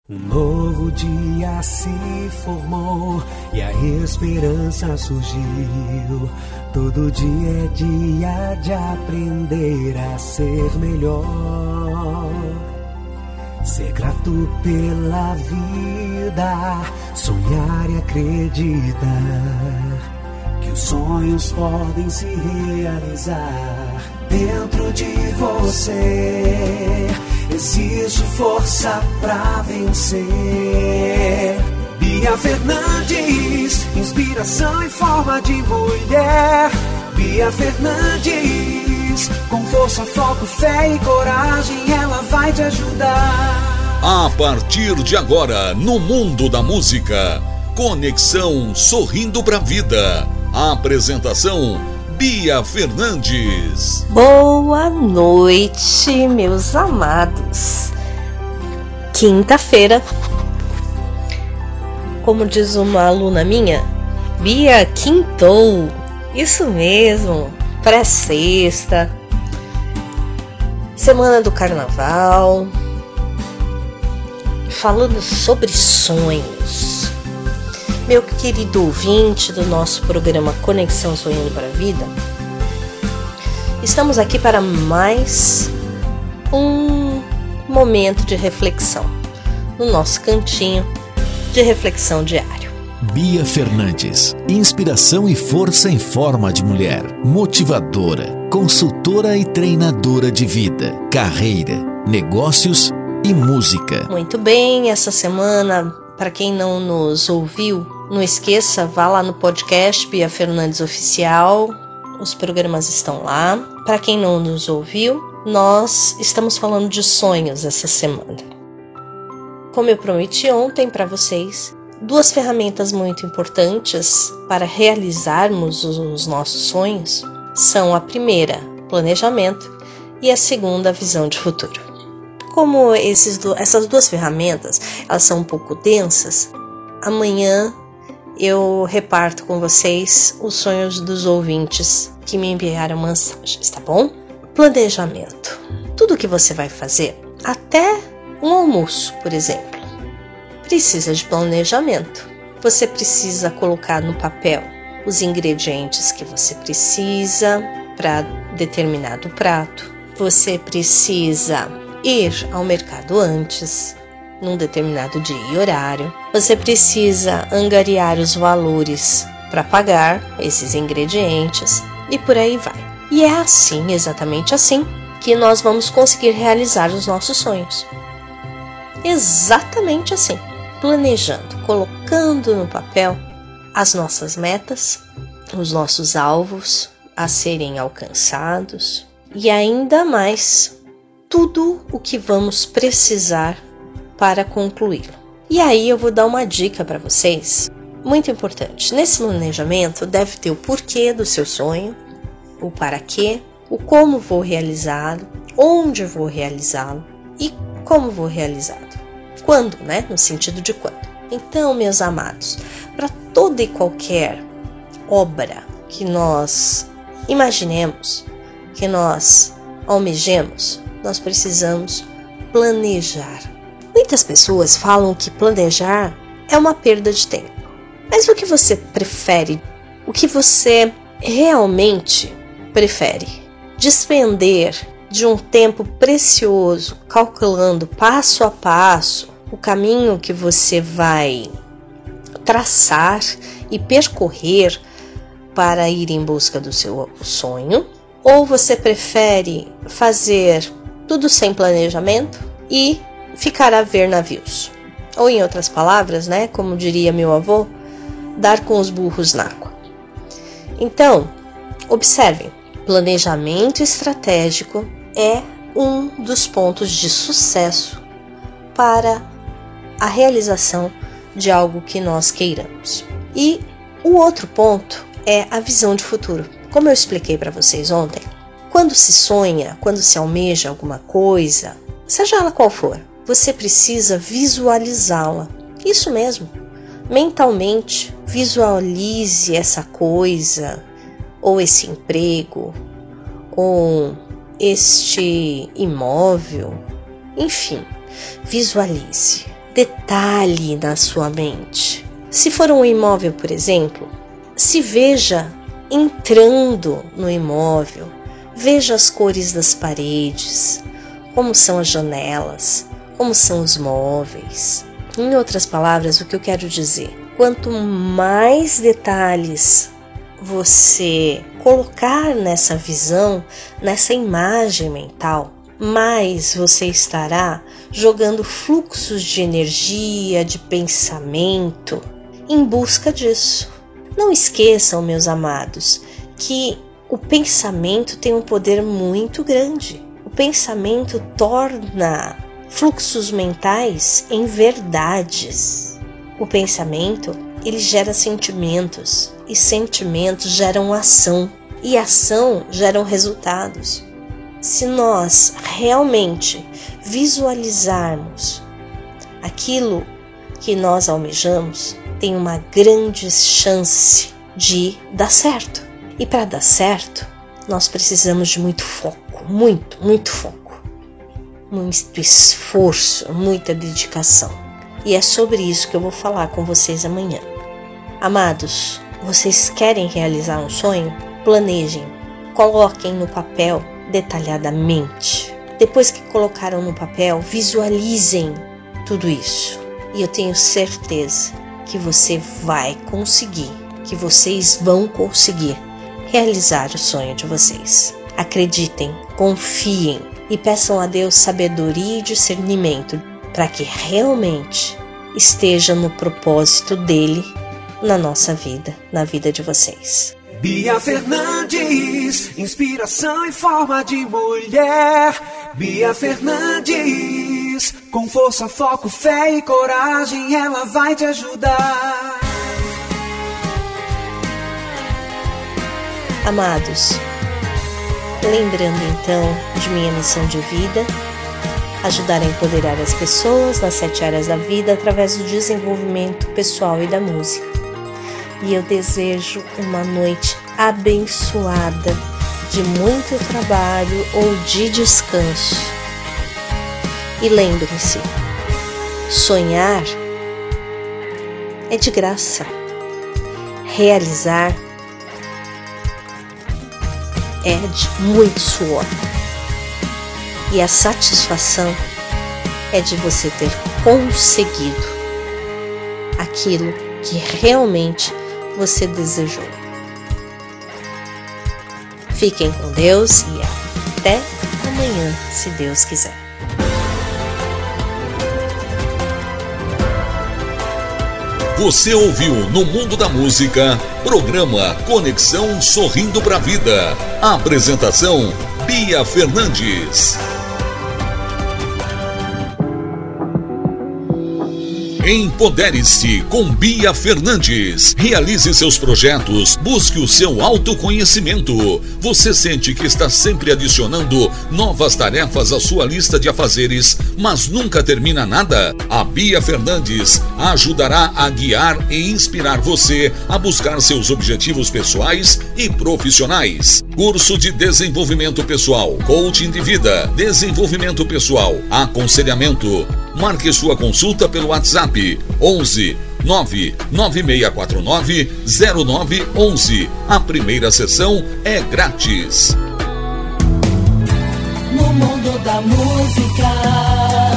Um novo dia se formou e a esperança surgiu. Todo dia é dia de aprender a ser melhor. Ser grato pela vida, sonhar e acreditar que os sonhos podem se realizar. Dentro de você existe força pra vencer. Bia Fernandes, inspiração em forma de mulher. Bia Fernandes, com força, foco, fé e coragem, ela vai te ajudar. A partir de agora, no mundo da música, Conexão Sorrindo pra Vida. A apresentação, Bia Fernandes. Boa noite, meus amados. Quinta-feira, como diz uma aluna minha, Bia quintou. Isso mesmo, pré-sexta, semana do carnaval, falando sobre sonhos. Meu querido ouvinte do nosso programa Conexão Sonhando para a Vida, estamos aqui para mais um momento de reflexão, no nosso cantinho de reflexão diário. Bia Fernandes, inspiração e força em forma de mulher, motivadora, consultora e treinadora de vida, carreira, negócios e música. Muito bem, essa semana, para quem não nos ouviu, não esqueça, vá lá no podcast Bia Fernandes Oficial, os programas estão lá. Para quem não nos ouviu, nós estamos falando de sonhos essa semana. Como eu prometi ontem para vocês, duas ferramentas muito importantes para realizarmos os nossos sonhos são a primeira, planejamento, e a segunda, visão de futuro. Como essas duas ferramentas elas são um pouco densas, amanhã eu reparto com vocês os sonhos dos ouvintes que me enviaram mensagens, tá bom? Planejamento. Tudo que você vai fazer, até um almoço, por exemplo, precisa de planejamento. Você precisa colocar no papel os ingredientes que você precisa para determinado prato. Você precisa ir ao mercado antes, num determinado dia e horário. Você precisa angariar os valores para pagar esses ingredientes e por aí vai. E é assim, exatamente assim, que nós vamos conseguir realizar os nossos sonhos. Exatamente assim. Planejando, colocando no papel as nossas metas, os nossos alvos a serem alcançados e ainda mais tudo o que vamos precisar para concluí-lo. E aí eu vou dar uma dica para vocês, muito importante. Nesse planejamento deve ter o porquê do seu sonho, o para quê, o como vou realizá-lo, onde vou realizá-lo e como vou realizá-lo. Quando, né? No sentido de quando. Então, meus amados, para toda e qualquer obra que nós imaginemos, que nós almejemos, nós precisamos planejar. Muitas pessoas falam que planejar é uma perda de tempo. Mas o que você prefere? O que você realmente prefere? Despender de um tempo precioso, calculando passo a passo o caminho que você vai traçar e percorrer para ir em busca do seu sonho? Ou você prefere fazer tudo sem planejamento e ficar a ver navios? Ou em outras palavras, né, como diria meu avô, dar com os burros na água. Então, observem, planejamento estratégico é um dos pontos de sucesso para a realização de algo que nós queiramos. E o outro ponto é a visão de futuro. Como eu expliquei para vocês ontem, quando se sonha, quando se almeja alguma coisa, seja ela qual for, você precisa visualizá-la. Isso mesmo, mentalmente visualize essa coisa, ou esse emprego, ou este imóvel, enfim, visualize. detalhe na sua mente. Se for um imóvel, por exemplo, se veja entrando no imóvel, veja as cores das paredes, como são as janelas, como são os móveis. Em outras palavras, o que eu quero dizer? Quanto mais detalhes você colocar nessa visão, nessa imagem mental, mais você estará jogando fluxos de energia, de pensamento, em busca disso. Não esqueçam, meus amados, que o pensamento tem um poder muito grande. O pensamento torna fluxos mentais em verdades. O pensamento, ele gera sentimentos, e sentimentos geram ação, e ação geram resultados. Se nós realmente visualizarmos aquilo que nós almejamos, tem uma grande chance de dar certo. E para dar certo, nós precisamos de muito foco, muito foco, muito esforço, muita dedicação. E é sobre isso que eu vou falar com vocês amanhã. Amados, vocês querem realizar um sonho? Planejem, coloquem no papel detalhadamente. Depois que colocaram no papel, visualizem tudo isso. E eu tenho certeza que você vai conseguir, que vocês vão conseguir realizar o sonho de vocês. Acreditem, confiem e peçam a Deus sabedoria e discernimento para que realmente esteja no propósito dele na nossa vida, na vida de vocês. Bia Fernandes, inspiração em forma de mulher. Bia Fernandes, com força, foco, fé e coragem, ela vai te ajudar. Amados, lembrando então de minha missão de vida, ajudar a empoderar as pessoas nas 7 áreas da vida através do desenvolvimento pessoal e da música. E eu desejo uma noite abençoada, de muito trabalho ou de descanso. E lembrem-se, sonhar é de graça, realizar é de muito suor. E a satisfação é de você ter conseguido aquilo que realmente você desejou. Fiquem com Deus e até amanhã, se Deus quiser. Você ouviu no Mundo da Música, programa Conexão Sorrindo pra Vida. Apresentação Bia Fernandes. Empodere-se com Bia Fernandes. Realize seus projetos, busque o seu autoconhecimento. Você sente que está sempre adicionando novas tarefas à sua lista de afazeres, mas nunca termina nada? A Bia Fernandes ajudará a guiar e inspirar você a buscar seus objetivos pessoais e profissionais. Curso de desenvolvimento pessoal, coaching de vida, desenvolvimento pessoal, aconselhamento. Marque sua consulta pelo WhatsApp 11 99649 0911. A primeira sessão é grátis. No mundo da música.